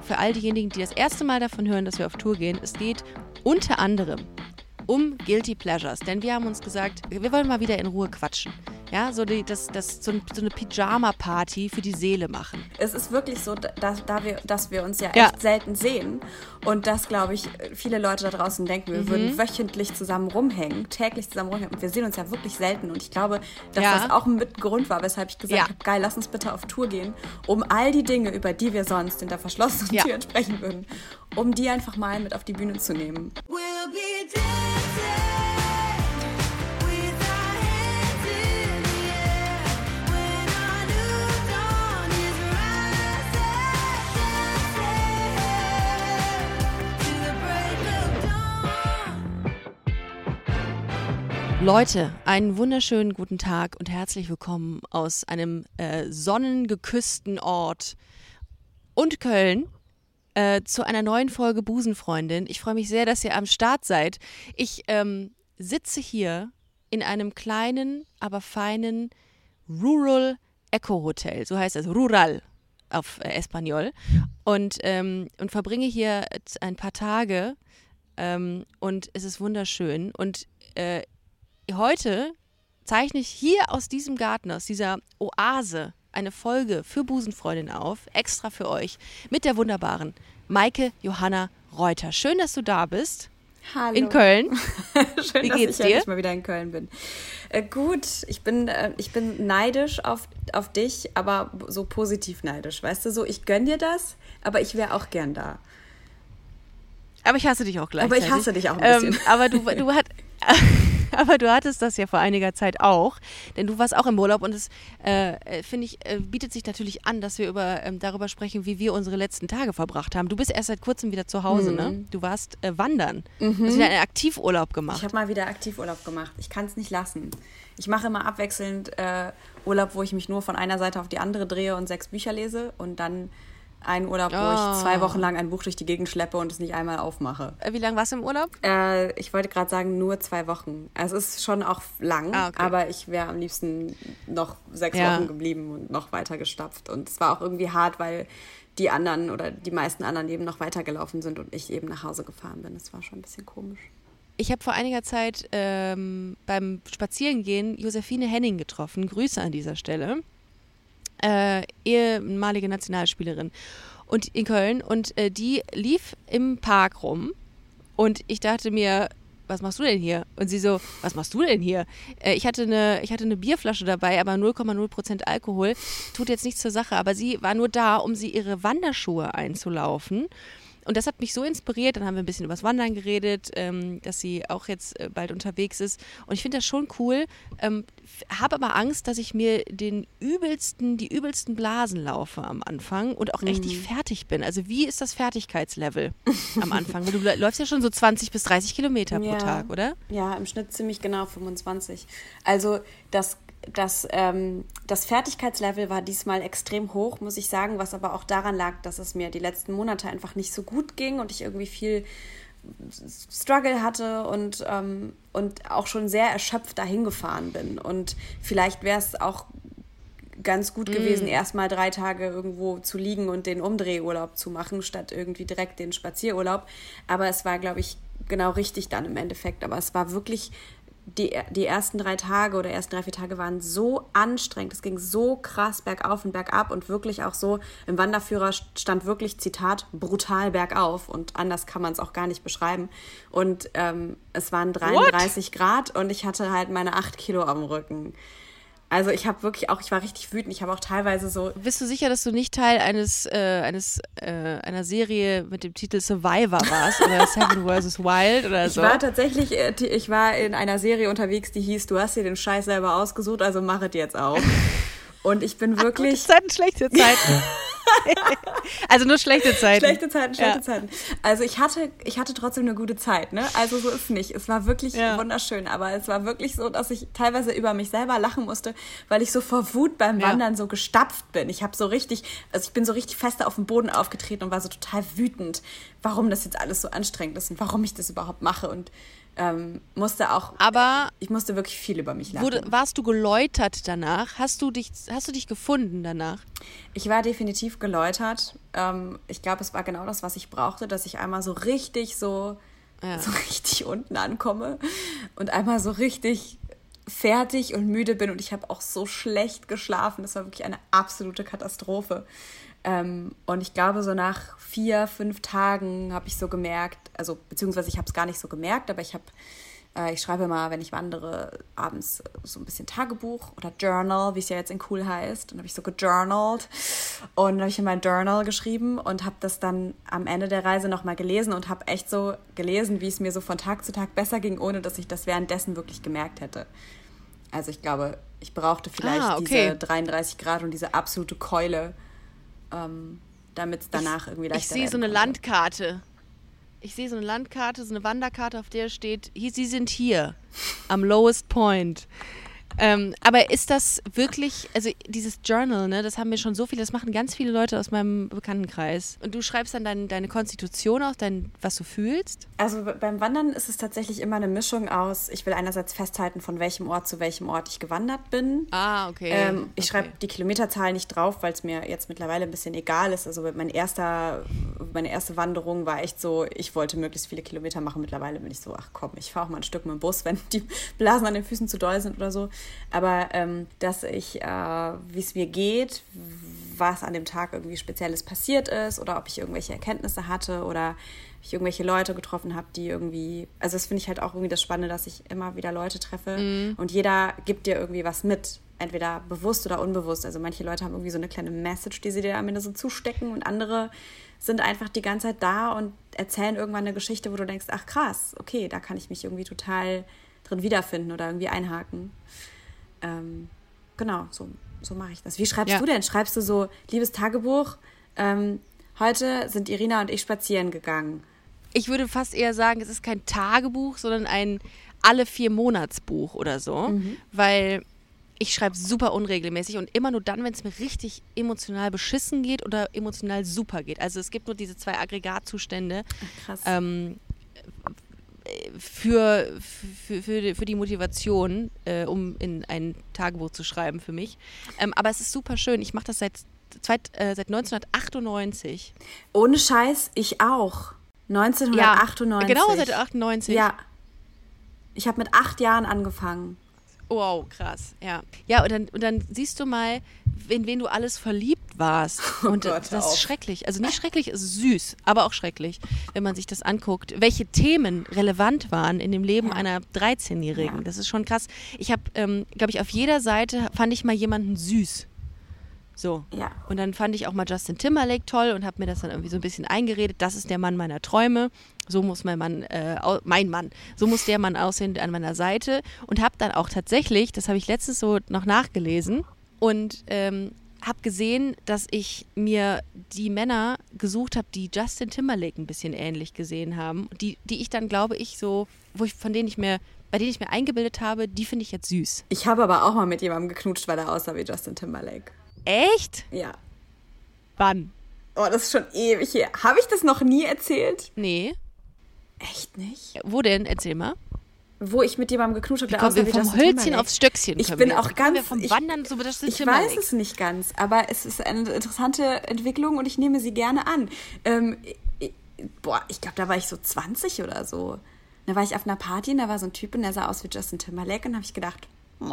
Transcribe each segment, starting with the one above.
für all diejenigen, die das erste Mal davon hören, dass wir auf Tour gehen, es geht unter anderem um Guilty Pleasures. Denn wir haben uns gesagt, wir wollen mal wieder in Ruhe quatschen. Ja, so eine Pyjama-Party für die Seele machen. Es ist wirklich so, dass wir uns ja echt selten sehen. Und dass, glaube ich, viele Leute da draußen denken, wir würden wöchentlich zusammen rumhängen, täglich zusammen rumhängen. Und wir sehen uns ja wirklich selten. Und ich glaube, dass das auch ein Grund war, weshalb ich gesagt habe, geil, lass uns bitte auf Tour gehen, um all die Dinge, über die wir sonst hinter verschlossenen Türen sprechen würden, um die einfach mal mit auf die Bühne zu nehmen. We'll be dancing. Leute, einen wunderschönen guten Tag und herzlich willkommen aus einem sonnengeküssten Ort und Köln zu einer neuen Folge Busenfreundin. Ich freue mich sehr, dass ihr am Start seid. Ich sitze hier in einem kleinen, aber feinen Rural Eco Hotel, so heißt es, Rural auf Espanol, und verbringe hier ein paar Tage und es ist wunderschön und heute zeichne ich hier aus diesem Garten, aus dieser Oase, eine Folge für Busenfreundin auf, extra für euch, mit der wunderbaren Maike Johanna Reuter. Schön, dass du da bist. Hallo. In Köln. Schön, Wie dass geht's ich dir? endlich mal wieder in Köln bin. Gut, ich bin neidisch auf dich, aber so positiv neidisch, weißt du, so ich gönn dir das, aber ich wäre auch gern da. Aber ich hasse dich auch gleichzeitig. Aber ich hasse dich auch ein bisschen. Aber du hattest das ja vor einiger Zeit auch, denn du warst auch im Urlaub und es, finde ich, bietet sich natürlich an, dass wir darüber sprechen, wie wir unsere letzten Tage verbracht haben. Du bist erst seit kurzem wieder zu Hause, ne? Du warst wandern. Du hast wieder einen Aktivurlaub gemacht. Ich habe mal wieder Aktivurlaub gemacht. Ich kann es nicht lassen. Ich mache immer abwechselnd Urlaub, wo ich mich nur von einer Seite auf die andere drehe und 6 Bücher lese und dann einen Urlaub, wo ich 2 Wochen lang ein Buch durch die Gegend schleppe und es nicht einmal aufmache. Wie lange warst du im Urlaub? Ich wollte gerade sagen, nur 2 Wochen. Also es ist schon auch lang, aber ich wäre am liebsten noch 6 Wochen geblieben und noch weiter gestapft. Und es war auch irgendwie hart, weil die anderen oder die meisten anderen eben noch weitergelaufen sind und ich eben nach Hause gefahren bin. Das war schon ein bisschen komisch. Ich habe vor einiger Zeit beim Spazierengehen Josephine Henning getroffen. Grüße an dieser Stelle. Ehemalige Nationalspielerin und in Köln und die lief im Park rum und ich dachte mir, was machst du denn hier? Und sie so, was machst du denn hier? Ich hatte eine Bierflasche dabei, aber 0,0% Alkohol, tut jetzt nichts zur Sache, aber sie war nur da, um sie ihre Wanderschuhe einzulaufen. Und das hat mich so inspiriert, dann haben wir ein bisschen übers Wandern geredet, dass sie auch jetzt bald unterwegs ist. Und ich finde das schon cool, habe aber Angst, dass ich mir die übelsten Blasen laufe am Anfang und auch richtig fertig bin. Also wie ist das Fertigkeitslevel am Anfang? Weil du läufst ja schon so 20 bis 30 Kilometer pro Tag, oder? Ja, im Schnitt ziemlich genau 25. Also das Fertigkeitslevel war diesmal extrem hoch, muss ich sagen, was aber auch daran lag, dass es mir die letzten Monate einfach nicht so gut ging und ich irgendwie viel Struggle hatte und auch schon sehr erschöpft dahin gefahren bin. Und vielleicht wäre es auch ganz gut gewesen, erstmal 3 Tage irgendwo zu liegen und den Umdrehurlaub zu machen, statt irgendwie direkt den Spazierurlaub. Aber es war, glaube ich, genau richtig dann im Endeffekt. Aber es war wirklich... Die ersten 3 Tage oder ersten 3-4 Tage waren so anstrengend. Es ging so krass bergauf und bergab und wirklich auch so, im Wanderführer stand wirklich, Zitat, brutal bergauf und anders kann man es auch gar nicht beschreiben. Und es waren 33 Grad und ich hatte halt meine 8 Kilo am Rücken. Also ich habe wirklich auch, ich war richtig wütend, ich habe auch teilweise so... Bist du sicher, dass du nicht Teil einer Serie mit dem Titel Survivor warst oder Seven vs. Wild oder so? Ich war in einer Serie unterwegs, die hieß, du hast dir den Scheiß selber ausgesucht, also mach es jetzt auch. Und ich bin wirklich... Gute Zeiten, schlechte Zeiten. Also nur schlechte Zeiten. Schlechte Zeiten. Also ich hatte trotzdem eine gute Zeit, ne? Also so ist es nicht. Es war wirklich wunderschön, aber es war wirklich so, dass ich teilweise über mich selber lachen musste, weil ich so vor Wut beim Wandern so gestapft bin. Ich bin so richtig fest auf den Boden aufgetreten und war so total wütend, warum das jetzt alles so anstrengend ist und warum ich das überhaupt mache und Ich musste wirklich viel über mich lachen. Warst du geläutert danach? Hast du dich gefunden danach? Ich war definitiv geläutert. Ich glaube, es war genau das, was ich brauchte, dass ich einmal so richtig unten ankomme und einmal so richtig fertig und müde bin. Und ich habe auch so schlecht geschlafen. Das war wirklich eine absolute Katastrophe. Und ich glaube, so nach 4-5 Tagen habe ich so gemerkt, also beziehungsweise ich habe es gar nicht so gemerkt, aber ich schreibe mal, wenn ich wandere, abends so ein bisschen Tagebuch oder Journal, wie es ja jetzt in cool heißt. Dann habe ich so gejournalt und dann habe ich in mein Journal geschrieben und habe das dann am Ende der Reise nochmal gelesen und habe echt so gelesen, wie es mir so von Tag zu Tag besser ging, ohne dass ich das währenddessen wirklich gemerkt hätte. Also ich glaube, ich brauchte vielleicht diese 33 Grad und diese absolute Keule, damit es danach irgendwie leichter wird. Ich sehe so eine Landkarte. So eine Wanderkarte, auf der steht, Sie sind hier, am lowest point. Aber ist das wirklich, also dieses Journal, ne, das haben mir schon so viele, das machen ganz viele Leute aus meinem Bekanntenkreis. Und du schreibst dann deine Konstitution aus, was du fühlst? Also beim Wandern ist es tatsächlich immer eine Mischung aus, ich will einerseits festhalten, von welchem Ort zu welchem Ort ich gewandert bin. Okay. Ich schreibe die Kilometerzahl nicht drauf, weil es mir jetzt mittlerweile ein bisschen egal ist. Also meine erste Wanderung war echt so, ich wollte möglichst viele Kilometer machen. Mittlerweile bin ich so, ach komm, ich fahre auch mal ein Stück mit dem Bus, wenn die Blasen an den Füßen zu doll sind oder so. Aber dass ich, wie es mir geht, was an dem Tag irgendwie Spezielles passiert ist oder ob ich irgendwelche Erkenntnisse hatte oder ich irgendwelche Leute getroffen habe, die irgendwie, also das finde ich halt auch irgendwie das Spannende, dass ich immer wieder Leute treffe und jeder gibt dir irgendwie was mit, entweder bewusst oder unbewusst. Also manche Leute haben irgendwie so eine kleine Message, die sie dir am Ende so zustecken und andere sind einfach die ganze Zeit da und erzählen irgendwann eine Geschichte, wo du denkst, ach krass, okay, da kann ich mich irgendwie total drin wiederfinden oder irgendwie einhaken. Genau, so mache ich das. Wie schreibst du denn? Schreibst du so, liebes Tagebuch, heute sind Irina und ich spazieren gegangen? Ich würde fast eher sagen, es ist kein Tagebuch, sondern ein Alle-4-Monats-Buch oder so, weil ich schreibe super unregelmäßig und immer nur dann, wenn es mir richtig emotional beschissen geht oder emotional super geht. Also es gibt nur diese 2 Aggregatzustände. Ach, krass. Für die Motivation, um in ein Tagebuch zu schreiben für mich. Aber es ist super schön. Ich mache das seit 1998. Ohne Scheiß, ich auch. 1998. Ja, genau, seit 1998. Ja. Ich habe mit 8 Jahren angefangen. Wow, krass, ja. Ja, und dann siehst du mal, in wen du alles verliebt warst. Und das ist schrecklich. Also nicht schrecklich, es ist süß, aber auch schrecklich, wenn man sich das anguckt, welche Themen relevant waren in dem Leben einer 13-Jährigen. Ja. Das ist schon krass. Ich habe, glaube ich, auf jeder Seite fand ich mal jemanden süß. So. Ja. Und dann fand ich auch mal Justin Timberlake toll und habe mir das dann irgendwie so ein bisschen eingeredet. Das ist der Mann meiner Träume. So muss so muss der Mann aussehen an meiner Seite. Und habe dann auch tatsächlich, das habe ich letztens so noch nachgelesen und habe gesehen, dass ich mir die Männer gesucht habe, die Justin Timberlake ein bisschen ähnlich gesehen haben. Die ich dann, glaube ich, so, bei denen ich mir eingebildet habe, die finde ich jetzt süß. Ich habe aber auch mal mit jemandem geknutscht, weil er aussah wie Justin Timberlake. Echt? Ja. Wann? Oh, das ist schon ewig her. Habe ich das noch nie erzählt? Nee. Echt nicht? Wo denn? Erzähl mal. Wo ich mit jemandem geknutscht habe, der aussah wie Justin Timberlake. Vom Hölzchen aufs Stöckchen. Ich bin auch ganz... Vom Wandern so Justin Ich weiß es nicht ganz, aber es ist eine interessante Entwicklung und ich nehme sie gerne an. Ich glaube, da war ich so 20 oder so. Da war ich auf einer Party und da war so ein Typ und der sah aus wie Justin Timberlake und da habe ich gedacht,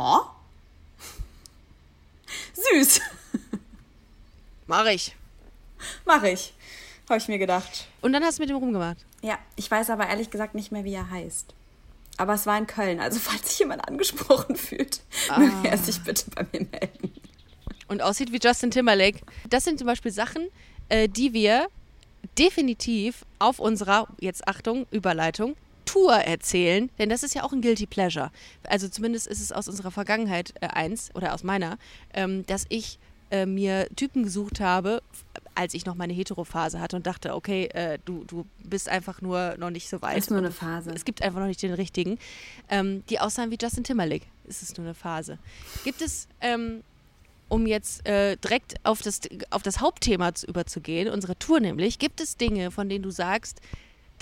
süß. Mach ich. Habe ich mir gedacht. Und dann hast du mit ihm rumgemacht? Ja, ich weiß aber ehrlich gesagt nicht mehr, wie er heißt. Aber es war in Köln, also falls sich jemand angesprochen fühlt, möge er sich bitte bei mir melden. Und aussieht wie Justin Timberlake. Das sind zum Beispiel Sachen, die wir definitiv auf unserer, jetzt Achtung, Überleitung, Tour erzählen, denn das ist ja auch ein Guilty Pleasure. Also zumindest ist es aus unserer Vergangenheit oder aus meiner, dass ich mir Typen gesucht habe, als ich noch meine Hetero-Phase hatte und dachte, okay, du bist einfach nur noch nicht so weit. Ist nur eine Phase. Es gibt einfach noch nicht den richtigen. Die aussahen wie Justin Timberlake. Es ist nur eine Phase. Gibt es, um jetzt direkt auf das Hauptthema überzugehen, unsere Tour nämlich, gibt es Dinge, von denen du sagst, das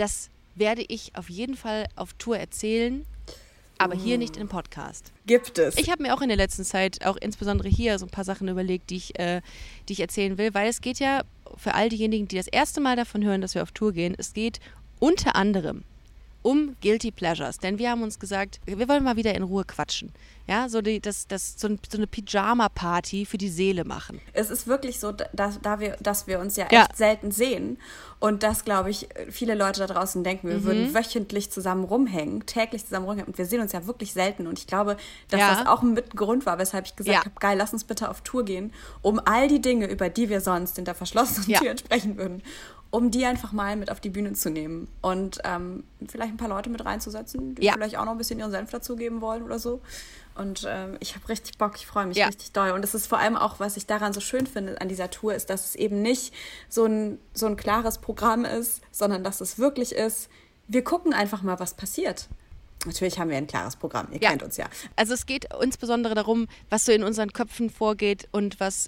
werde ich auf jeden Fall auf Tour erzählen, aber hier nicht im Podcast. Gibt es. Ich habe mir auch in der letzten Zeit, auch insbesondere hier, so ein paar Sachen überlegt, die ich erzählen will, weil es geht ja für all diejenigen, die das erste Mal davon hören, dass wir auf Tour gehen, es geht unter anderem um Guilty Pleasures, denn wir haben uns gesagt, wir wollen mal wieder in Ruhe quatschen. Ja, so eine Pyjama-Party für die Seele machen. Es ist wirklich so, dass wir uns ja echt selten sehen und dass, glaube ich, viele Leute da draußen denken, wir würden wöchentlich zusammen rumhängen, täglich zusammen rumhängen und wir sehen uns ja wirklich selten und ich glaube, dass das auch mit ein Grund war, weshalb ich gesagt habe, geil, lass uns bitte auf Tour gehen, um all die Dinge, über die wir sonst hinter verschlossenen Türen sprechen würden, um die einfach mal mit auf die Bühne zu nehmen und vielleicht ein paar Leute mit reinzusetzen, die vielleicht auch noch ein bisschen ihren Senf dazugeben wollen oder so. Und ich habe richtig Bock, ich freue mich richtig doll. Und es ist vor allem auch, was ich daran so schön finde an dieser Tour, ist, dass es eben nicht so ein klares Programm ist, sondern dass es wirklich ist, wir gucken einfach mal, was passiert. Natürlich haben wir ein klares Programm, ihr kennt uns ja. Also es geht insbesondere darum, was so in unseren Köpfen vorgeht und was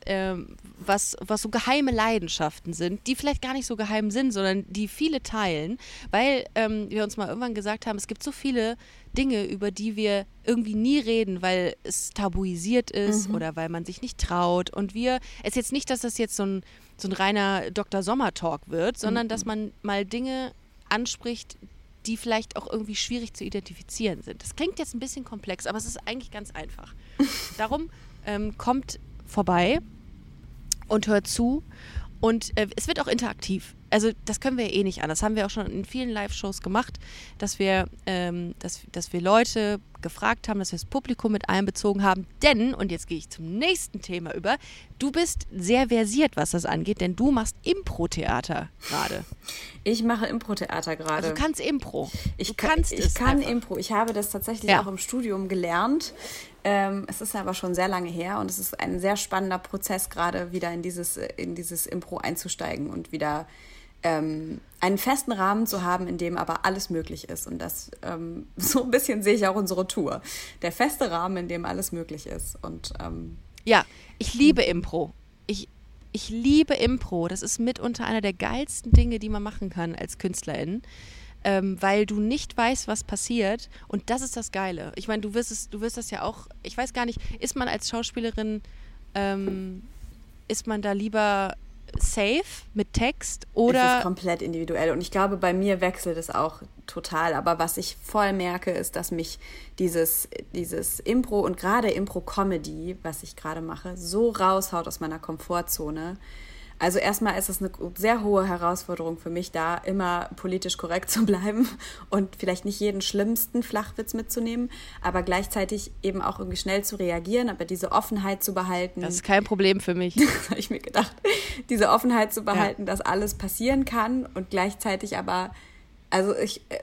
so geheime Leidenschaften sind, die vielleicht gar nicht so geheim sind, sondern die viele teilen, weil wir uns mal irgendwann gesagt haben, es gibt so viele Dinge, über die wir irgendwie nie reden, weil es tabuisiert ist oder weil man sich nicht traut. Und es ist jetzt nicht, dass das jetzt so ein reiner Dr. Sommer-Talk wird, sondern dass man mal Dinge anspricht, die vielleicht auch irgendwie schwierig zu identifizieren sind. Das klingt jetzt ein bisschen komplex, aber es ist eigentlich ganz einfach. Darum kommt vorbei und hört zu und es wird auch interaktiv. Also das können wir ja eh nicht an. Das haben wir auch schon in vielen Live-Shows gemacht, dass wir Leute gefragt haben, dass wir das Publikum mit einbezogen haben. Denn, und jetzt gehe ich zum nächsten Thema über, du bist sehr versiert, was das angeht, denn du machst Impro-Theater gerade. Ich mache Impro-Theater gerade. Also du kannst Impro. Ich kann Impro. Ich habe das tatsächlich auch im Studium gelernt. Es ist aber schon sehr lange her und es ist ein sehr spannender Prozess, gerade wieder in dieses Impro einzusteigen und wieder einen festen Rahmen zu haben, in dem aber alles möglich ist. Und das so ein bisschen sehe ich auch unsere Tour. Der feste Rahmen, in dem alles möglich ist. Und ja, ich liebe Impro. Ich liebe Impro. Das ist mitunter einer der geilsten Dinge, die man machen kann als Künstlerin. Weil du nicht weißt, was passiert. Und das ist das Geile. Ich meine, du wirst das ja auch, ich weiß gar nicht, ist man als Schauspielerin, ist man da lieber safe mit Text oder? Es ist komplett individuell und ich glaube, bei mir wechselt es auch total. Aber was ich voll merke, ist, dass mich dieses Impro und gerade Impro-Comedy, was ich gerade mache, so raushaut aus meiner Komfortzone. Also erstmal ist es eine sehr hohe Herausforderung für mich, da immer politisch korrekt zu bleiben und vielleicht nicht jeden schlimmsten Flachwitz mitzunehmen, aber gleichzeitig eben auch irgendwie schnell zu reagieren, aber diese Offenheit zu behalten. Das ist kein Problem für mich. Das habe ich mir gedacht. Diese Offenheit zu behalten, dass alles passieren kann und gleichzeitig aber, also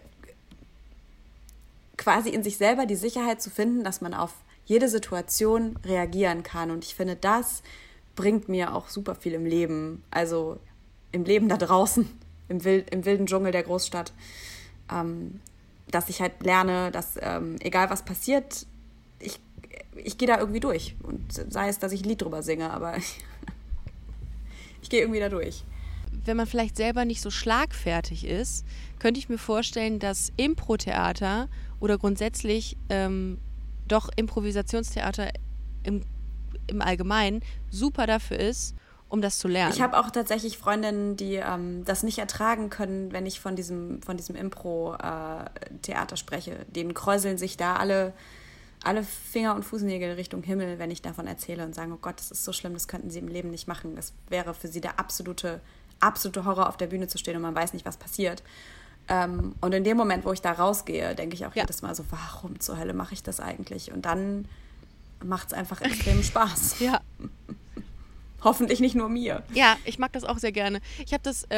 quasi in sich selber die Sicherheit zu finden, dass man auf jede Situation reagieren kann. Und ich finde, das bringt mir auch super viel im Leben, also im Leben da draußen, im wilden Dschungel der Großstadt, dass ich halt lerne, dass egal was passiert, ich gehe da irgendwie durch und sei es, dass ich ein Lied drüber singe, aber ich gehe irgendwie da durch. Wenn man vielleicht selber nicht so schlagfertig ist, könnte ich mir vorstellen, dass Impro-Theater oder grundsätzlich doch Improvisationstheater im Allgemeinen super dafür ist, um das zu lernen. Ich habe auch tatsächlich Freundinnen, die das nicht ertragen können, wenn ich von diesem Impro-Theater spreche. Denen kräuseln sich da alle Finger- und Fußnägel Richtung Himmel, wenn ich davon erzähle und sagen, oh Gott, das ist so schlimm, das könnten sie im Leben nicht machen. Das wäre für sie der absolute Horror, auf der Bühne zu stehen und man weiß nicht, was passiert. Und in dem Moment, wo ich da rausgehe, denke ich auch jedes Mal so, warum zur Hölle mache ich das eigentlich? Und dann macht es einfach extrem Spaß. Ja. Hoffentlich nicht nur mir. Ja, ich mag das auch sehr gerne. Ich habe das,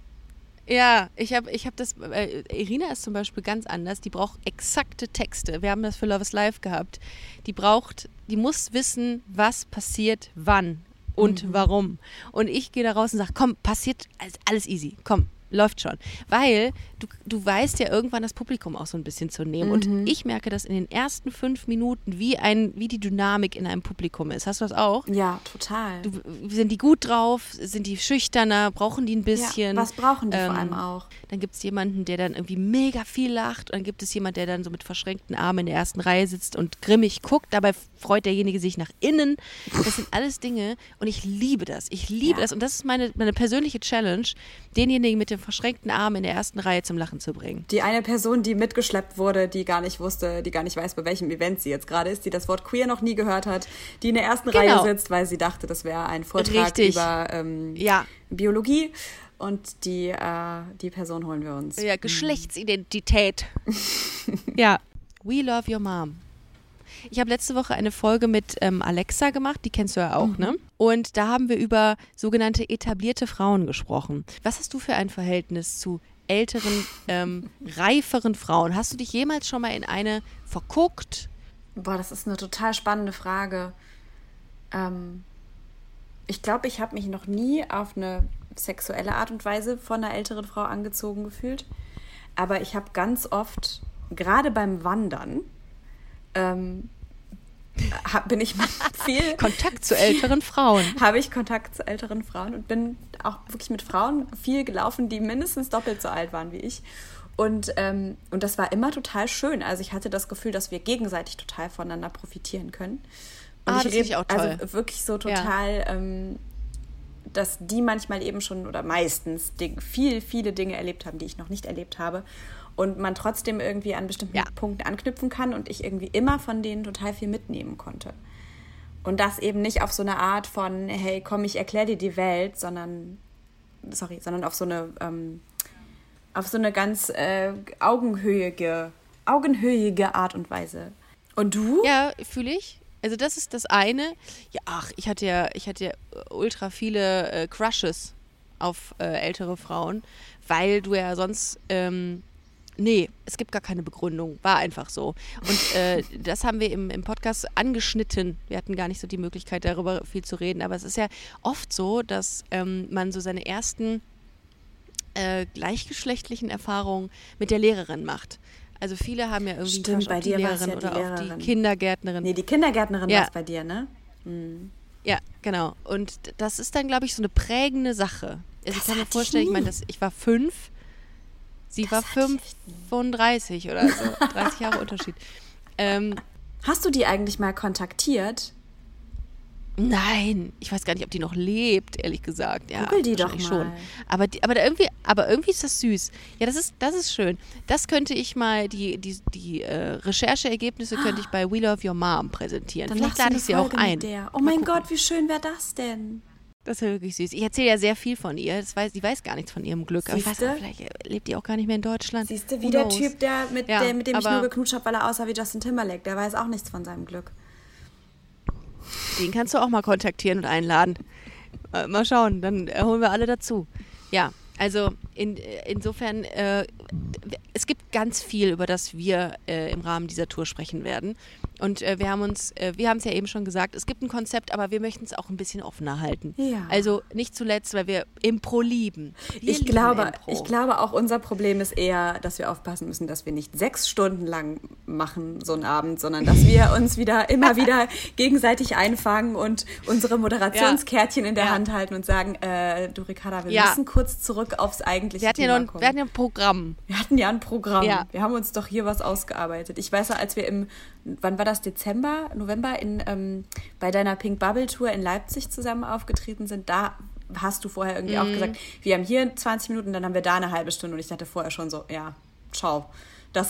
Irina ist zum Beispiel ganz anders. Die braucht exakte Texte. Wir haben das für Love is Life gehabt. Die muss wissen, was passiert, wann und warum. Und ich gehe da raus und sage, komm, passiert alles easy. Komm, läuft schon. Weil du weißt ja irgendwann das Publikum auch so ein bisschen zu nehmen. Und ich merke, dass in den ersten 5 Minuten wie die Dynamik in einem Publikum ist. Hast du das auch? Ja, total. Sind die gut drauf? Sind die schüchterner? Brauchen die ein bisschen? Ja, was brauchen die vor allem auch? Dann gibt es jemanden, der dann irgendwie mega viel lacht. Und dann gibt es jemanden, der dann so mit verschränkten Armen in der ersten Reihe sitzt und grimmig guckt. Dabei freut derjenige sich nach innen. Das sind alles Dinge. Und ich liebe das. Ich liebe das. Und das ist meine persönliche Challenge, denjenigen mit den verschränkten Armen in der ersten Reihe zum Lachen zu bringen. Die eine Person, die mitgeschleppt wurde, die gar nicht weiß, bei welchem Event sie jetzt gerade ist, die das Wort queer noch nie gehört hat, die in der ersten Reihe sitzt, weil sie dachte, das wäre ein Vortrag über Biologie. Und die Person holen wir uns. Ja, Geschlechtsidentität. Ja, We Love Your Mom. Ich habe letzte Woche eine Folge mit Alexa gemacht, die kennst du ja auch, ne? Und da haben wir über sogenannte etablierte Frauen gesprochen. Was hast du für ein Verhältnis zu älteren, reiferen Frauen? Hast du dich jemals schon mal in eine verguckt? Boah, das ist eine total spannende Frage. Ich glaube, ich habe mich noch nie auf eine sexuelle Art und Weise von einer älteren Frau angezogen gefühlt. Aber ich habe ganz oft, gerade beim Wandern, bin ich viel Kontakt zu älteren Frauen. Habe ich Kontakt zu älteren Frauen und bin auch wirklich mit Frauen viel gelaufen, die mindestens doppelt so alt waren wie ich. Und das war immer total schön. Also ich hatte das Gefühl, dass wir gegenseitig total voneinander profitieren können. Und das finde ich auch toll. Also wirklich so total, dass die manchmal eben schon oder meistens viele Dinge erlebt haben, die ich noch nicht erlebt habe. Und man trotzdem irgendwie an bestimmten Punkten anknüpfen kann und ich irgendwie immer von denen total viel mitnehmen konnte. Und das eben nicht auf so eine Art von, hey, komm, ich erkläre dir die Welt, sondern auf so eine ganz augenhöhige Art und Weise. Und du? Ja, fühle ich. Also das ist das eine. Ja, ich hatte ja ultra viele Crushes auf ältere Frauen, weil du ja sonst nee, es gibt gar keine Begründung. War einfach so. Und das haben wir im Podcast angeschnitten. Wir hatten gar nicht so die Möglichkeit, darüber viel zu reden. Aber es ist ja oft so, dass man so seine ersten gleichgeschlechtlichen Erfahrungen mit der Lehrerin macht. Also viele haben ja irgendwie einen Crush auf die Lehrerin oder Lehrerin. auf die Kindergärtnerin. Nee, die Kindergärtnerin war es bei dir, ne? Ja, genau. Und das ist dann, glaube ich, so eine prägende Sache. Also ich kann mir vorstellen, ich war 5. Sie war 35 oder so, 30 Jahre Unterschied. Hast du die eigentlich mal kontaktiert? Nein, ich weiß gar nicht, ob die noch lebt, ehrlich gesagt. Ja, Google die doch mal. Schon. Aber irgendwie ist das süß. Ja, das ist schön. Das könnte ich mal, die Rechercheergebnisse könnte ich bei We Love Your Mom präsentieren. Dann vielleicht lade ich sie auch ein. Oh mein Gott, wie schön wäre das denn? Das ist wirklich süß. Ich erzähle ja sehr viel von ihr. Sie weiß gar nichts von ihrem Glück. Aber ich weiß auch, vielleicht lebt die auch gar nicht mehr in Deutschland. Siehst du, wie der Typ, mit dem ich nur geknutscht habe, weil er aussah wie Justin Timberlake. Der weiß auch nichts von seinem Glück. Den kannst du auch mal kontaktieren und einladen. Mal schauen, dann holen wir alle dazu. Ja, also insofern, es gibt ganz viel, über das wir im Rahmen dieser Tour sprechen werden. Und wir haben es ja eben schon gesagt, es gibt ein Konzept, aber wir möchten es auch ein bisschen offener halten. Ja. Also nicht zuletzt, weil wir Impro lieben. Ich glaube, auch unser Problem ist eher, dass wir aufpassen müssen, dass wir nicht 6 Stunden lang machen, so einen Abend, sondern dass wir uns immer wieder gegenseitig einfangen und unsere Moderationskärtchen in der Hand halten und sagen, du Ricarda, wir müssen kurz zurück aufs eigentliche Thema kommen. Wir hatten ja ein Programm. Wir hatten ja ein Programm. Ja. Wir haben uns doch hier was ausgearbeitet. Ich weiß ja, als wir wann war das, November, bei deiner Pink Bubble Tour in Leipzig zusammen aufgetreten sind, da hast du vorher irgendwie auch gesagt, wir haben hier 20 Minuten, dann haben wir da eine halbe Stunde und ich dachte vorher schon so, ja, ciao. Das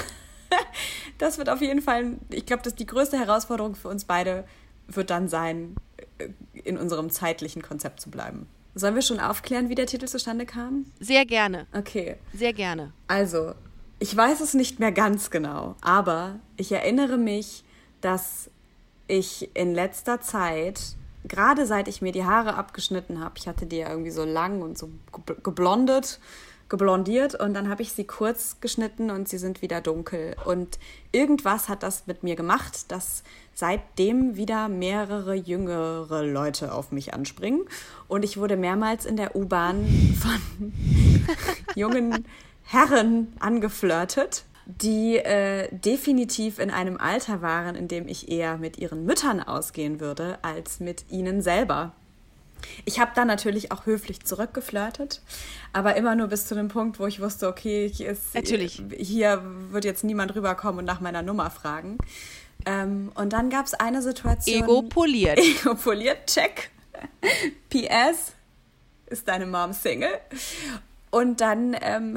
wird auf jeden Fall, ich glaube, dass die größte Herausforderung für uns beide wird dann sein, in unserem zeitlichen Konzept zu bleiben. Sollen wir schon aufklären, wie der Titel zustande kam? Sehr gerne. Okay. Sehr gerne. Also, ich weiß es nicht mehr ganz genau, aber ich erinnere mich, dass ich in letzter Zeit, gerade seit ich mir die Haare abgeschnitten habe, ich hatte die ja irgendwie so lang und so geblondet, geblondiert und dann habe ich sie kurz geschnitten und sie sind wieder dunkel. Und irgendwas hat das mit mir gemacht, dass seitdem wieder mehrere jüngere Leute auf mich anspringen. Und ich wurde mehrmals in der U-Bahn von jungen Herren angeflirtet, die definitiv in einem Alter waren, in dem ich eher mit ihren Müttern ausgehen würde, als mit ihnen selber. Ich habe dann natürlich auch höflich zurückgeflirtet, aber immer nur bis zu dem Punkt, wo ich wusste, okay, hier wird jetzt niemand rüberkommen und nach meiner Nummer fragen. Und dann gab es eine Situation... Ego poliert. Ego poliert, check. PS, ist deine Mom Single? Und dann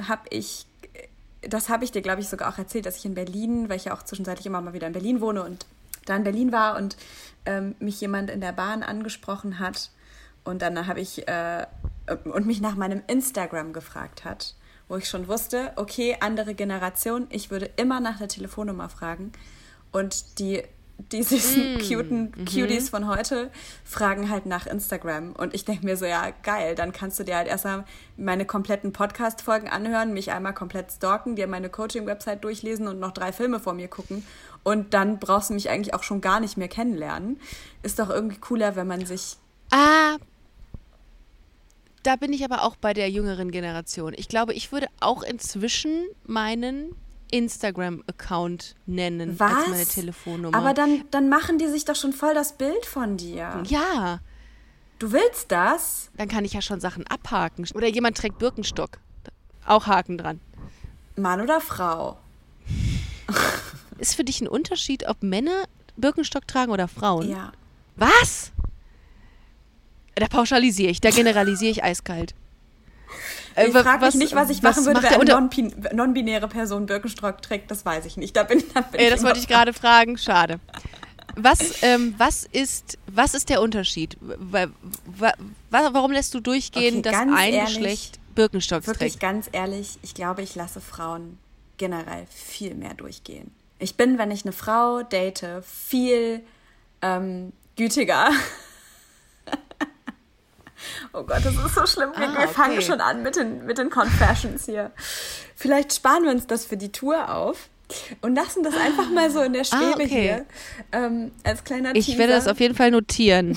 das habe ich dir, glaube ich, sogar auch erzählt, dass ich in Berlin, weil ich ja auch zwischenzeitlich immer mal wieder in Berlin wohne und da in Berlin war und mich jemand in der Bahn angesprochen hat und dann habe ich und mich nach meinem Instagram gefragt hat, wo ich schon wusste, okay, andere Generation, ich würde immer nach der Telefonnummer fragen und die süßen, Cuties von heute fragen halt nach Instagram. Und ich denke mir so, ja, geil, dann kannst du dir halt erstmal meine kompletten Podcast-Folgen anhören, mich einmal komplett stalken, dir meine Coaching-Website durchlesen und noch 3 Filme vor mir gucken. Und dann brauchst du mich eigentlich auch schon gar nicht mehr kennenlernen. Ist doch irgendwie cooler, wenn man sich... Da bin ich aber auch bei der jüngeren Generation. Ich glaube, ich würde auch inzwischen meinen Instagram-Account nennen als meine Telefonnummer. Aber dann machen die sich doch schon voll das Bild von dir. Ja. Du willst das? Dann kann ich ja schon Sachen abhaken. Oder jemand trägt Birkenstock. Auch Haken dran. Mann oder Frau? Ist für dich ein Unterschied, ob Männer Birkenstock tragen oder Frauen? Ja. Was? Da pauschalisiere ich, da generalisiere ich eiskalt. Ich frage mich nicht, was ich machen würde, wenn eine non-binäre Person Birkenstock trägt, das weiß ich nicht. Das wollte ich gerade fragen, schade. Was ist der Unterschied? Warum lässt du durchgehen, dass ein Geschlecht Birkenstock trägt? Wirklich ganz ehrlich, ich glaube, ich lasse Frauen generell viel mehr durchgehen. Ich bin, wenn ich eine Frau date, viel gütiger. Oh Gott, das ist so schlimm. Wir fangen schon an mit den Confessions hier. Vielleicht sparen wir uns das für die Tour auf und lassen das einfach mal so in der Schwebe hier als kleiner Teaser. Ich werde das auf jeden Fall notieren.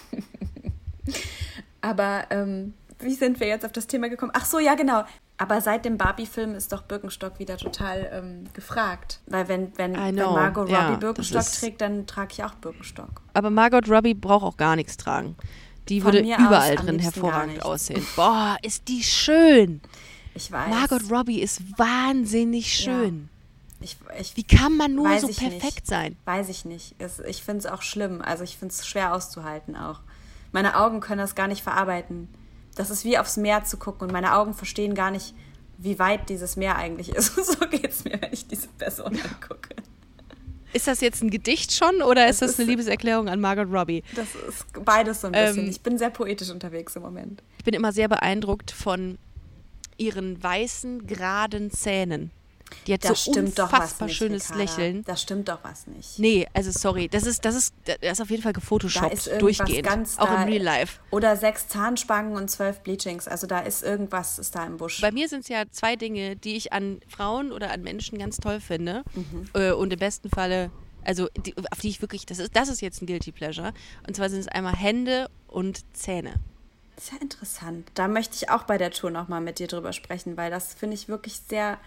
Aber wie sind wir jetzt auf das Thema gekommen? Ach so, ja genau. Aber seit dem Barbie-Film ist doch Birkenstock wieder total gefragt. Weil wenn Margot Robbie Birkenstock trägt, dann trage ich auch Birkenstock. Aber Margot Robbie braucht auch gar nichts tragen. Die würde überall drin hervorragend aussehen. Boah, ist die schön. Ich weiß. Margot Robbie ist wahnsinnig schön. Ja. Wie kann man nur so perfekt sein? Weiß ich nicht. Ich finde es auch schlimm. Also ich finde es schwer auszuhalten auch. Meine Augen können das gar nicht verarbeiten. Das ist wie aufs Meer zu gucken und meine Augen verstehen gar nicht, wie weit dieses Meer eigentlich ist. So geht es mir, wenn ich diese Person angucke. Ist das jetzt ein Gedicht schon oder ist das eine Liebeserklärung an Margot Robbie? Das ist beides so ein bisschen. Ich bin sehr poetisch unterwegs im Moment. Ich bin immer sehr beeindruckt von ihren weißen, geraden Zähnen. Die hat so unfassbar schönes Lächeln. Das stimmt doch was nicht. Nee, also sorry, das ist auf jeden Fall gefotoshoppt, durchgehend, auch im Real Life. Oder 6 Zahnspangen und 12 Bleachings, also da ist irgendwas ist da im Busch. Bei mir sind es ja 2 Dinge, die ich an Frauen oder an Menschen ganz toll finde und im besten Falle, also auf die ich wirklich, das ist jetzt ein Guilty Pleasure, und zwar sind es einmal Hände und Zähne. Das ist ja interessant. Da möchte ich auch bei der Tour nochmal mit dir drüber sprechen, weil das finde ich wirklich sehr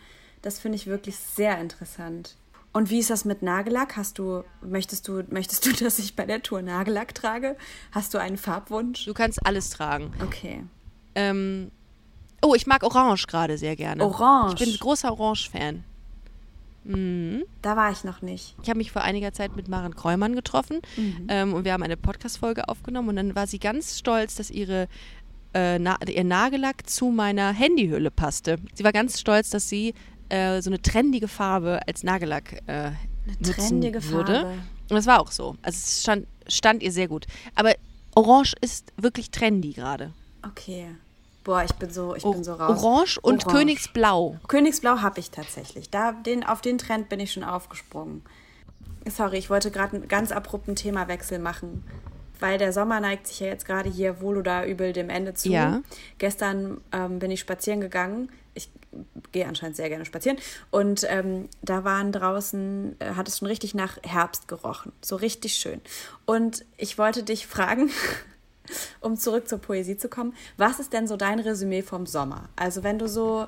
interessant. Und wie ist das mit Nagellack? Möchtest du, dass ich bei der Tour Nagellack trage? Hast du einen Farbwunsch? Du kannst alles tragen. Okay. Ich mag Orange gerade sehr gerne. Orange? Ich bin ein großer Orange-Fan. Mhm. Da war ich noch nicht. Ich habe mich vor einiger Zeit mit Maren Kreumann getroffen und wir haben eine Podcast-Folge aufgenommen und dann war sie ganz stolz, dass ihr Nagellack zu meiner Handyhülle passte. Sie war ganz stolz, dass sie so eine trendige Farbe als Nagellack nutzen würde. Und das war auch so. Also es stand ihr sehr gut. Aber Orange ist wirklich trendy gerade. Okay. Boah, ich bin so raus. Orange und Königsblau. Königsblau habe ich tatsächlich. Auf den Trend bin ich schon aufgesprungen. Sorry, ich wollte gerade einen ganz abrupten Themawechsel machen. weil der Sommer neigt sich ja jetzt gerade hier wohl oder übel dem Ende zu. Ja. Gestern bin ich spazieren gegangen. Ich gehe anscheinend sehr gerne spazieren. Und da waren draußen, hat es schon richtig nach Herbst gerochen. So richtig schön. Und ich wollte dich fragen, um zurück zur Poesie zu kommen, was ist denn so dein Resümee vom Sommer? Also wenn du so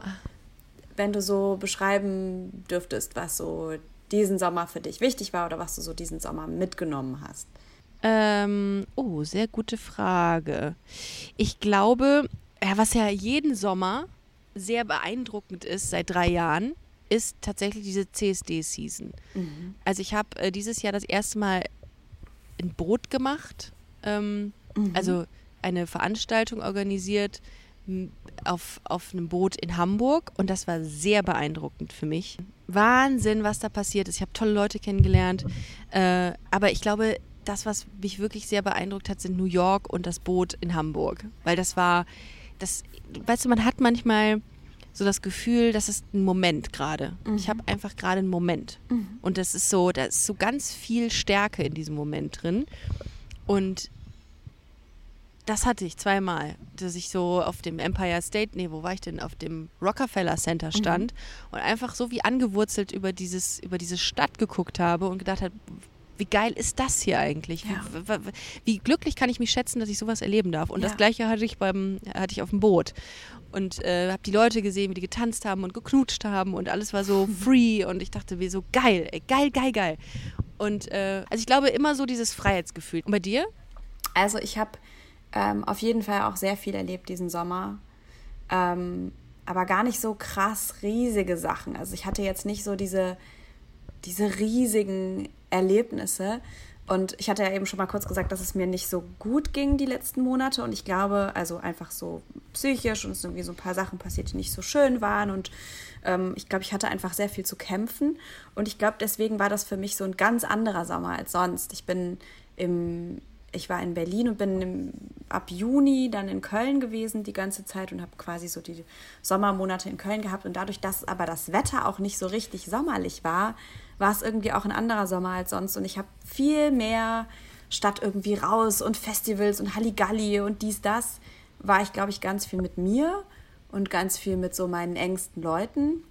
beschreiben dürftest, was so diesen Sommer für dich wichtig war oder was du so diesen Sommer mitgenommen hast. Sehr gute Frage. Ich glaube, was ja jeden Sommer sehr beeindruckend ist seit 3 Jahren, ist tatsächlich diese CSD-Season. Mhm. Also ich habe dieses Jahr das erste Mal ein Boot gemacht, also eine Veranstaltung organisiert auf einem Boot in Hamburg und das war sehr beeindruckend für mich. Wahnsinn, was da passiert ist. Ich habe tolle Leute kennengelernt, aber ich glaube, das, was mich wirklich sehr beeindruckt hat, sind New York und das Boot in Hamburg. Weil weißt du, man hat manchmal so das Gefühl, das ist ein Moment gerade. Mhm. Ich habe einfach gerade einen Moment. Mhm. Und da ist so ganz viel Stärke in diesem Moment drin. Und das hatte ich 2-mal, dass ich so auf dem Empire State, wo war ich denn? Auf dem Rockefeller Center stand und einfach so wie angewurzelt über diese Stadt geguckt habe und gedacht habe, wie geil ist das hier eigentlich? Ja. Wie glücklich kann ich mich schätzen, dass ich sowas erleben darf? Und das Gleiche hatte ich auf dem Boot. Und habe die Leute gesehen, wie die getanzt haben und geknutscht haben und alles war so free und ich dachte mir so geil, ey, geil. Und also ich glaube immer so dieses Freiheitsgefühl. Und bei dir? Also ich habe auf jeden Fall auch sehr viel erlebt diesen Sommer, aber gar nicht so krass riesige Sachen. Also ich hatte jetzt nicht so diese riesigen Erlebnisse. Und ich hatte ja eben schon mal kurz gesagt, dass es mir nicht so gut ging die letzten Monate. Und ich glaube, also einfach so psychisch und es sind irgendwie so ein paar Sachen passiert, die nicht so schön waren. Und ich glaube, ich hatte einfach sehr viel zu kämpfen. Und ich glaube, deswegen war das für mich so ein ganz anderer Sommer als sonst. Ich war in Berlin und bin ab Juni dann in Köln gewesen die ganze Zeit und habe quasi so die Sommermonate in Köln gehabt. Und dadurch, dass aber das Wetter auch nicht so richtig sommerlich war es irgendwie auch ein anderer Sommer als sonst. Und ich habe viel mehr statt irgendwie raus und Festivals und Halligalli und dies, das, war ich, glaube ich, ganz viel mit mir und ganz viel mit so meinen engsten Leuten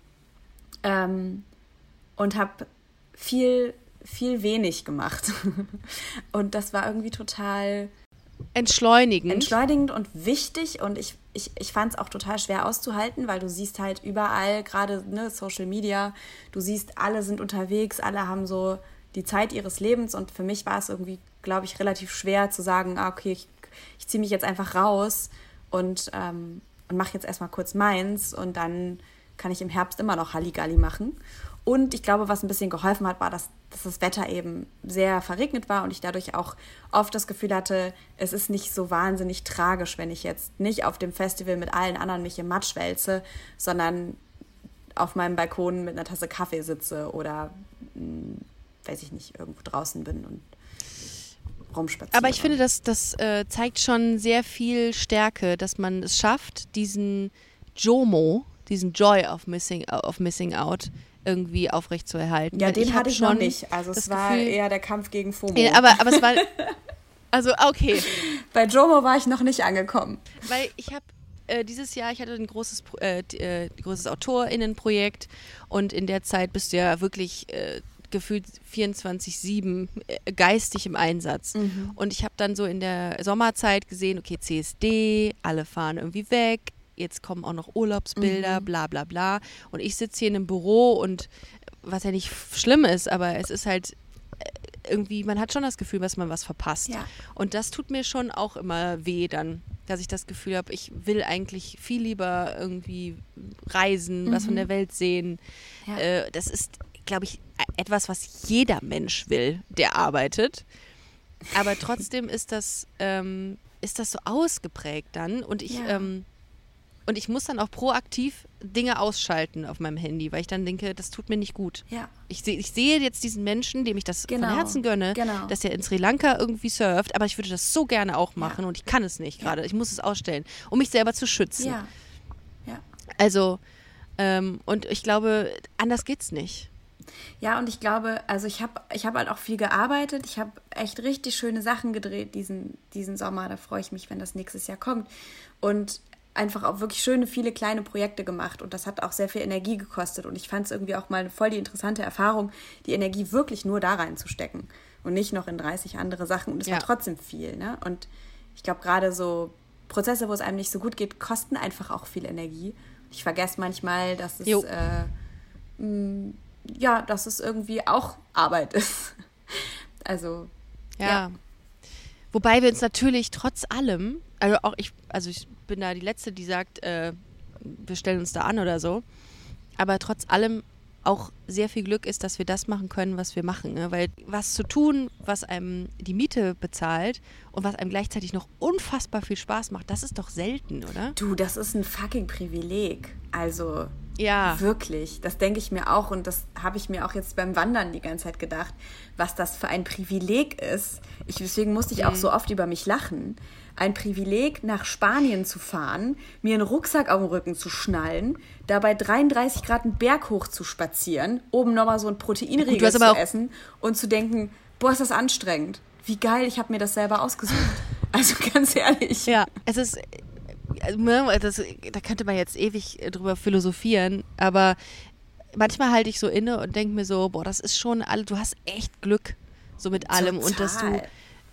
und habe viel wenig gemacht. Und das war irgendwie total entschleunigend und wichtig und ich fand es auch total schwer auszuhalten, weil du siehst halt überall, gerade Social Media, du siehst, alle sind unterwegs, alle haben so die Zeit ihres Lebens und für mich war es irgendwie, glaube ich, relativ schwer zu sagen, okay, ich ziehe mich jetzt einfach raus und mache jetzt erstmal kurz meins und dann kann ich im Herbst immer noch Halligalli machen. Und ich glaube, was ein bisschen geholfen hat, war, dass das Wetter eben sehr verregnet war und ich dadurch auch oft das Gefühl hatte, es ist nicht so wahnsinnig tragisch, wenn ich jetzt nicht auf dem Festival mit allen anderen mich im Matsch wälze, sondern auf meinem Balkon mit einer Tasse Kaffee sitze oder, weiß ich nicht, irgendwo draußen bin und rumspaziere. Aber ich finde, das zeigt schon sehr viel Stärke, dass man es schafft, diesen JOMO, diesen Joy of Missing Out, irgendwie aufrechtzuerhalten. Ja, den hatte ich noch nicht. Also es war eher der Kampf gegen FOMO. Ja, aber es war, also okay. Bei JOMO war ich noch nicht angekommen. Weil ich habe dieses Jahr, ich hatte ein großes AutorInnenprojekt und in der Zeit bist du ja wirklich gefühlt 24/7 geistig im Einsatz. Mhm. Und ich habe dann so in der Sommerzeit gesehen, okay, CSD, alle fahren irgendwie weg, jetzt kommen auch noch Urlaubsbilder, bla bla bla. Und ich sitze hier in einem Büro und was ja nicht schlimm ist, aber es ist halt irgendwie, man hat schon das Gefühl, dass man was verpasst. Ja. Und das tut mir schon auch immer weh dann, dass ich das Gefühl habe, ich will eigentlich viel lieber irgendwie reisen, was von der Welt sehen. Ja. Das ist, glaube ich, etwas, was jeder Mensch will, der arbeitet. Aber trotzdem ist das so ausgeprägt dann und ich muss dann auch proaktiv Dinge ausschalten auf meinem Handy, weil ich dann denke, das tut mir nicht gut. Ja. Ich sehe jetzt diesen Menschen, dem ich das von Herzen gönne, dass er in Sri Lanka irgendwie surft, aber ich würde das so gerne auch machen und ich kann es nicht gerade. Ich muss es ausstellen, um mich selber zu schützen. Ja. Also, und ich glaube, anders geht's nicht. Ja, und ich glaube, also ich hab halt auch viel gearbeitet. Ich habe echt richtig schöne Sachen gedreht diesen Sommer. Da freue ich mich, wenn das nächstes Jahr kommt. Und einfach auch wirklich schöne, viele kleine Projekte gemacht. Und das hat auch sehr viel Energie gekostet. Und ich fand es irgendwie auch mal voll die interessante Erfahrung, die Energie wirklich nur da reinzustecken. Und nicht noch in 30 andere Sachen. Und es war trotzdem viel. Ne? Und ich glaube, gerade so Prozesse, wo es einem nicht so gut geht, kosten einfach auch viel Energie. Ich vergesse manchmal, dass es... dass es irgendwie auch Arbeit ist. Also, ja. Wobei wir uns natürlich trotz allem, ich bin da die Letzte, die sagt, wir stellen uns da an oder so, aber trotz allem auch sehr viel Glück ist, dass wir das machen können, was wir machen. Ne? Weil was zu tun, was einem die Miete bezahlt und was einem gleichzeitig noch unfassbar viel Spaß macht, das ist doch selten, oder? Du, das ist ein fucking Privileg. Also ja, wirklich, das denke ich mir auch und das habe ich mir auch jetzt beim Wandern die ganze Zeit gedacht, was das für ein Privileg ist. Deswegen musste ich auch so oft über mich lachen. Ein Privileg, nach Spanien zu fahren, mir einen Rucksack auf den Rücken zu schnallen, dabei 33 Grad einen Berg hoch zu spazieren, oben nochmal so ein Proteinriegel zu essen und zu denken, boah, ist das anstrengend. Wie geil, ich habe mir das selber ausgesucht. Also ganz ehrlich. Ja, es ist... da könnte man jetzt ewig drüber philosophieren, aber manchmal halte ich so inne und denke mir so, boah, das ist schon du hast echt Glück so mit allem. Total. Und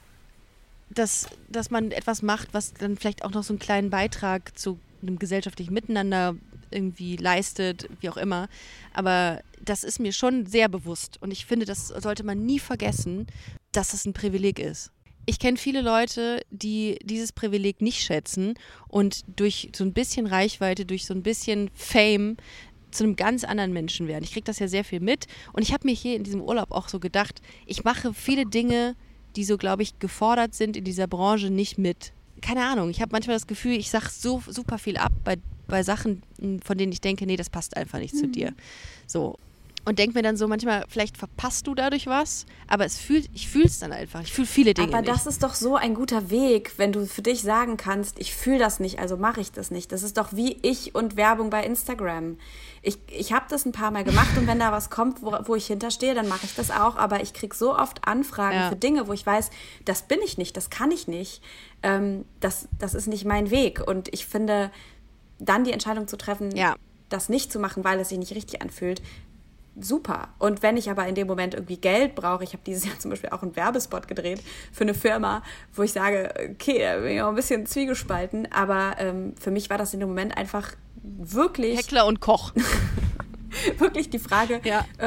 dass man etwas macht, was dann vielleicht auch noch so einen kleinen Beitrag zu einem gesellschaftlichen Miteinander irgendwie leistet, wie auch immer. Aber das ist mir schon sehr bewusst und ich finde, das sollte man nie vergessen, dass das ein Privileg ist. Ich kenne viele Leute, die dieses Privileg nicht schätzen und durch so ein bisschen Reichweite, durch so ein bisschen Fame zu einem ganz anderen Menschen werden. Ich kriege das ja sehr viel mit und ich habe mir hier in diesem Urlaub auch so gedacht, ich mache viele Dinge, die so, glaube ich, gefordert sind in dieser Branche, nicht mit. Keine Ahnung, ich habe manchmal das Gefühl, ich sage so super viel ab bei Sachen, von denen ich denke, nee, das passt einfach nicht zu dir. So. Und denke mir dann so manchmal, vielleicht verpasst du dadurch was, aber ich fühle es dann einfach. Ich fühle viele Dinge aber nicht. Aber das ist doch so ein guter Weg, wenn du für dich sagen kannst, ich fühle das nicht, also mache ich das nicht. Das ist doch wie ich und Werbung bei Instagram. Ich habe das ein paar Mal gemacht und wenn da was kommt, wo ich hinterstehe, dann mache ich das auch. Aber ich kriege so oft Anfragen für Dinge, wo ich weiß, das bin ich nicht, das kann ich nicht. Das ist nicht mein Weg. Und ich finde, dann die Entscheidung zu treffen, das nicht zu machen, weil es sich nicht richtig anfühlt, super. Und wenn ich aber in dem Moment irgendwie Geld brauche, ich habe dieses Jahr zum Beispiel auch einen Werbespot gedreht für eine Firma, wo ich sage, okay, da bin ich auch ein bisschen zwiegespalten, aber für mich war das in dem Moment einfach wirklich... Heckler und Koch. Wirklich die Frage,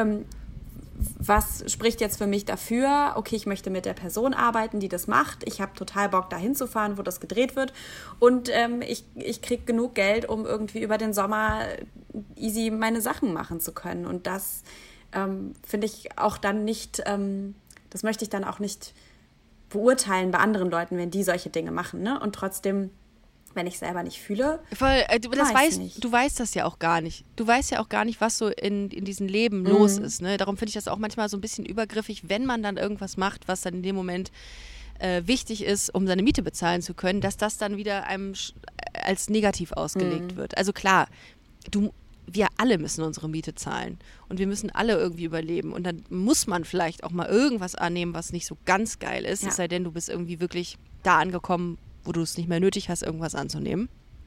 was spricht jetzt für mich dafür? Okay, ich möchte mit der Person arbeiten, die das macht. Ich habe total Bock, da hinzufahren, wo das gedreht wird. Und ich kriege genug Geld, um irgendwie über den Sommer easy meine Sachen machen zu können. Und das finde ich auch dann nicht, das möchte ich dann auch nicht beurteilen bei anderen Leuten, wenn die solche Dinge machen. Ne? Und trotzdem, wenn ich selber nicht fühle, du weißt das ja auch gar nicht. Du weißt ja auch gar nicht, was so in diesem Leben los ist. Ne? Darum finde ich das auch manchmal so ein bisschen übergriffig, wenn man dann irgendwas macht, was dann in dem Moment wichtig ist, um seine Miete bezahlen zu können, dass das dann wieder einem als negativ ausgelegt wird. Also klar, wir alle müssen unsere Miete zahlen und wir müssen alle irgendwie überleben und dann muss man vielleicht auch mal irgendwas annehmen, was nicht so ganz geil ist, es sei denn, du bist irgendwie wirklich da angekommen, wo du es nicht mehr nötig hast, irgendwas anzunehmen.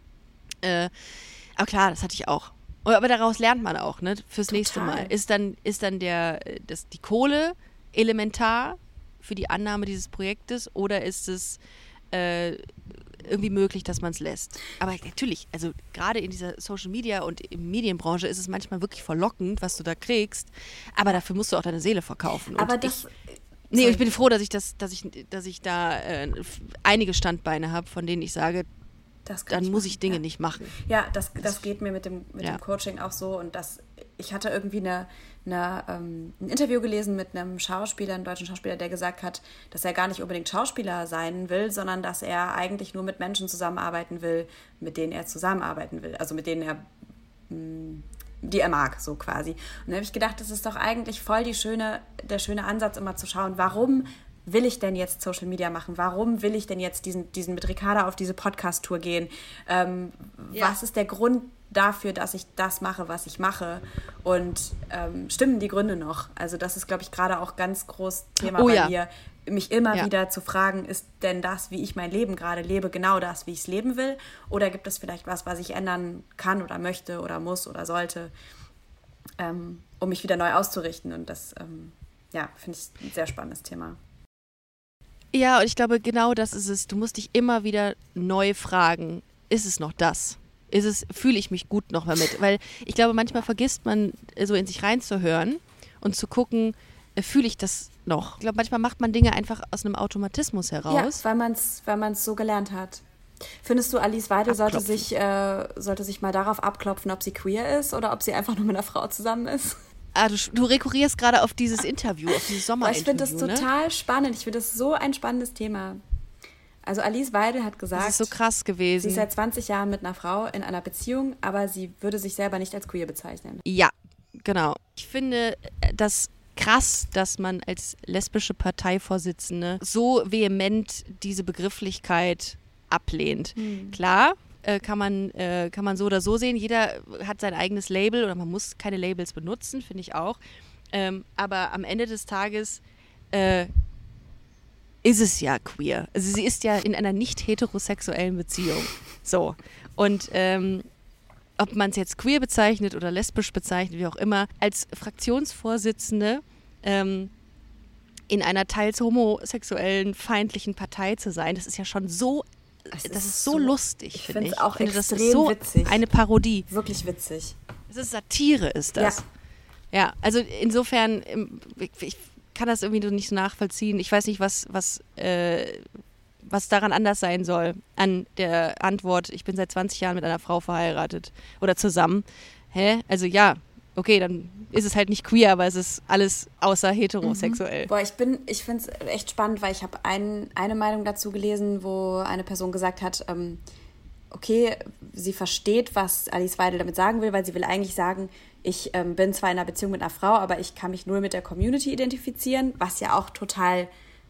Aber klar, das hatte ich auch. Aber daraus lernt man auch, ne? Fürs nächste Mal. Ist dann die Kohle elementar für die Annahme dieses Projektes oder ist es irgendwie möglich, dass man es lässt? Aber natürlich, also gerade in dieser Social Media und in Medienbranche ist es manchmal wirklich verlockend, was du da kriegst, aber dafür musst du auch deine Seele verkaufen. Aber und ich bin froh, dass ich da einige Standbeine habe, von denen ich sage, dann muss ich Dinge nicht machen. Ja, das geht mir mit dem Coaching auch so. Und ich hatte irgendwie ein Interview gelesen mit einem Schauspieler, einem deutschen Schauspieler, der gesagt hat, dass er gar nicht unbedingt Schauspieler sein will, sondern dass er eigentlich nur mit Menschen zusammenarbeiten will, mit denen er zusammenarbeiten will. Also mit denen die er mag, so quasi. Und dann habe ich gedacht, das ist doch eigentlich voll der schöne Ansatz, immer zu schauen, warum will ich denn jetzt Social Media machen? Warum will ich denn jetzt diesen mit Ricarda auf diese Podcast-Tour gehen? Was ist der Grund dafür, dass ich das mache, was ich mache? Und stimmen die Gründe noch? Also das ist, glaube ich, gerade auch ganz groß Thema bei mir, mich immer wieder zu fragen, ist denn das, wie ich mein Leben gerade lebe, genau das, wie ich es leben will? Oder gibt es vielleicht was ich ändern kann oder möchte oder muss oder sollte, um mich wieder neu auszurichten? Und das, finde ich ein sehr spannendes Thema. Ja, und ich glaube, genau das ist es. Du musst dich immer wieder neu fragen, ist es noch das? Fühle ich mich gut noch damit? Weil ich glaube, manchmal vergisst man, so in sich reinzuhören und zu gucken, fühle ich das noch? Ich glaube, manchmal macht man Dinge einfach aus einem Automatismus heraus. Ja, weil man's so gelernt hat. Findest du, Alice Weidel sollte sich mal darauf abklopfen, ob sie queer ist oder ob sie einfach nur mit einer Frau zusammen ist? Du rekurrierst gerade auf dieses Interview, auf dieses Sommerinterview. Ich finde das total spannend. Ich finde das so ein spannendes Thema. Also Alice Weidel hat gesagt, das ist so krass gewesen. Sie ist seit 20 Jahren mit einer Frau in einer Beziehung, aber sie würde sich selber nicht als queer bezeichnen. Ja, genau. Ich finde das krass, dass man als lesbische Parteivorsitzende so vehement diese Begrifflichkeit ablehnt. Klar, kann man so oder so sehen. Jeder hat sein eigenes Label oder man muss keine Labels benutzen, finde ich auch. Aber am Ende des Tages ist es ja queer. Also sie ist ja in einer nicht heterosexuellen Beziehung. So. Und ob man es jetzt queer bezeichnet oder lesbisch bezeichnet, wie auch immer, als Fraktionsvorsitzende in einer teils homosexuellen, feindlichen Partei zu sein, das ist ja schon so, das ist so lustig, finde ich. Ich finde es auch extrem das ist so witzig. Eine Parodie. Wirklich witzig. Das ist Satire, ist das. Ja, also insofern, ich kann das irgendwie nicht so nachvollziehen. Ich weiß nicht, was daran anders sein soll an der Antwort, ich bin seit 20 Jahren mit einer Frau verheiratet oder zusammen. Also ja, okay, dann ist es halt nicht queer, aber es ist alles außer heterosexuell. Boah, ich finde es echt spannend, weil ich habe eine Meinung dazu gelesen, wo eine Person gesagt hat, okay, sie versteht, was Alice Weidel damit sagen will, weil sie will eigentlich sagen, ich bin zwar in einer Beziehung mit einer Frau, aber ich kann mich null mit der Community identifizieren, was ja auch total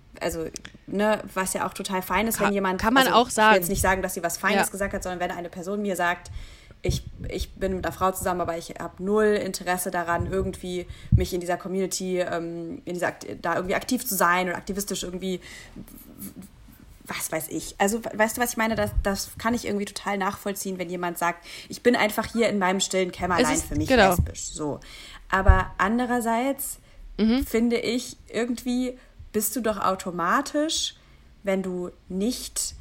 fein ist, wenn jemand... Kann man auch sagen. Ich will jetzt nicht sagen, dass sie was Feines gesagt hat, sondern wenn eine Person mir sagt, ich bin mit einer Frau zusammen, aber ich habe null Interesse daran, irgendwie mich in dieser Community, da irgendwie aktiv zu sein oder aktivistisch irgendwie, was weiß ich. Also, weißt du, was ich meine? Das kann ich irgendwie total nachvollziehen, wenn jemand sagt, ich bin einfach hier in meinem stillen Kämmerlein für mich lesbisch. So. Aber andererseits finde ich, irgendwie bist du doch automatisch, wenn du nicht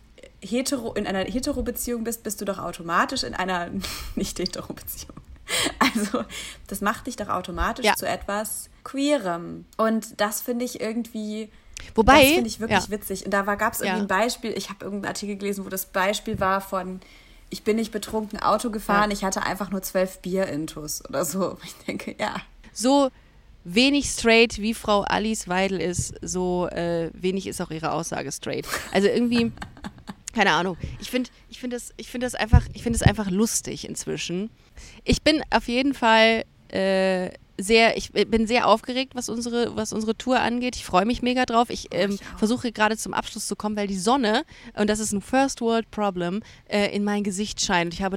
in einer Hetero-Beziehung bist du doch automatisch in einer Nicht-Hetero-Beziehung. Also, das macht dich doch automatisch zu etwas Queerem. Und das finde ich irgendwie... Wobei, das finde ich wirklich witzig. Und da gab es irgendwie ein Beispiel, ich habe irgendeinen Artikel gelesen, wo das Beispiel war von, ich bin nicht betrunken Auto gefahren, ich hatte einfach nur 12 Bier-Intus oder so. Ich denke, so wenig straight, wie Frau Alice Weidel ist, so wenig ist auch ihre Aussage straight. Also irgendwie, keine Ahnung. Ich finde das einfach lustig inzwischen. Ich bin auf jeden Fall ich bin sehr aufgeregt, was unsere Tour angeht. Ich freue mich mega drauf. Ich versuche gerade zum Abschluss zu kommen, weil die Sonne, und das ist ein First World Problem, in mein Gesicht scheint. Ich habe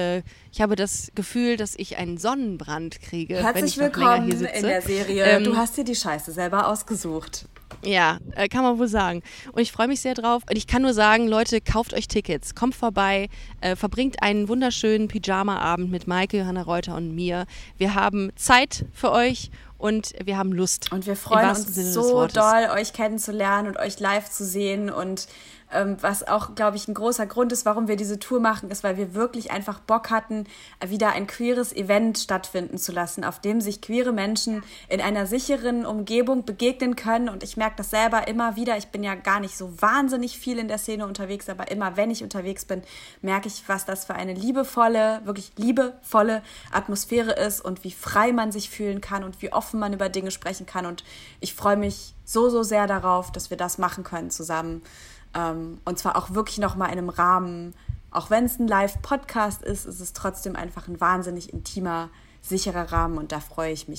das Gefühl, dass ich einen Sonnenbrand kriege, wenn ich noch länger hier sitze. Herzlich willkommen in der Serie. Du hast dir die Scheiße selber ausgesucht. Ja, kann man wohl sagen. Und ich freue mich sehr drauf. Und ich kann nur sagen, Leute, kauft euch Tickets. Kommt vorbei, verbringt einen wunderschönen Pyjama-Abend mit Maike, Johanna Reuter und mir. Wir haben Zeit für euch und wir haben Lust. Und wir freuen uns so doll, euch kennenzulernen und euch live zu sehen. Und was auch, glaube ich, ein großer Grund ist, warum wir diese Tour machen, ist, weil wir wirklich einfach Bock hatten, wieder ein queeres Event stattfinden zu lassen, auf dem sich queere Menschen in einer sicheren Umgebung begegnen können. Und ich merke das selber immer wieder. Ich bin ja gar nicht so wahnsinnig viel in der Szene unterwegs, aber immer, wenn ich unterwegs bin, merke ich, was das für eine wirklich liebevolle Atmosphäre ist und wie frei man sich fühlen kann und wie offen man über Dinge sprechen kann. Und ich freue mich so, so sehr darauf, dass wir das machen können zusammen. Und zwar auch wirklich nochmal in einem Rahmen, auch wenn es ein Live-Podcast ist, ist es trotzdem einfach ein wahnsinnig intimer, sicherer Rahmen und da freue ich mich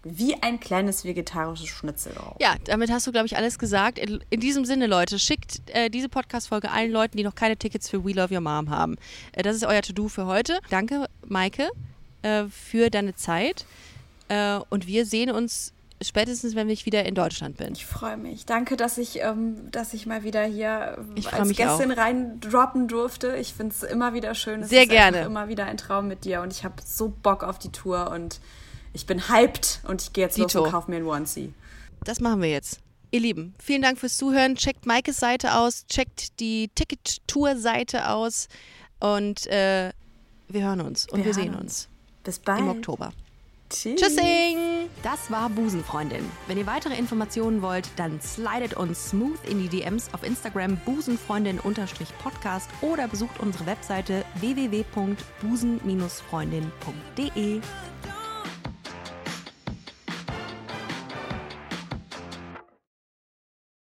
wie ein kleines vegetarisches Schnitzel drauf. Ja, damit hast du, glaube ich, alles gesagt. In diesem Sinne, Leute, schickt diese Podcast-Folge allen Leuten, die noch keine Tickets für We Love Your Mom haben. Das ist euer To-Do für heute. Danke, Maike, für deine Zeit. Und wir sehen uns spätestens, wenn ich wieder in Deutschland bin. Ich freue mich. Danke, dass ich mal wieder hier als Gästin reindroppen durfte. Ich finde es immer wieder schön. Es Sehr ist gerne. Immer wieder ein Traum mit dir und ich habe so Bock auf die Tour und ich bin hyped und ich gehe jetzt los und kaufe mir einen Onesie. Das machen wir jetzt. Ihr Lieben, vielen Dank fürs Zuhören. Checkt Maikes Seite aus, checkt die Ticket-Tour-Seite aus und wir hören uns und wir sehen uns. Bis bald. Im Oktober. Tschüssing! Das war Busenfreundin. Wenn ihr weitere Informationen wollt, dann slidet uns smooth in die DMs auf Instagram busenfreundin_podcast oder besucht unsere Webseite www.busen-freundin.de.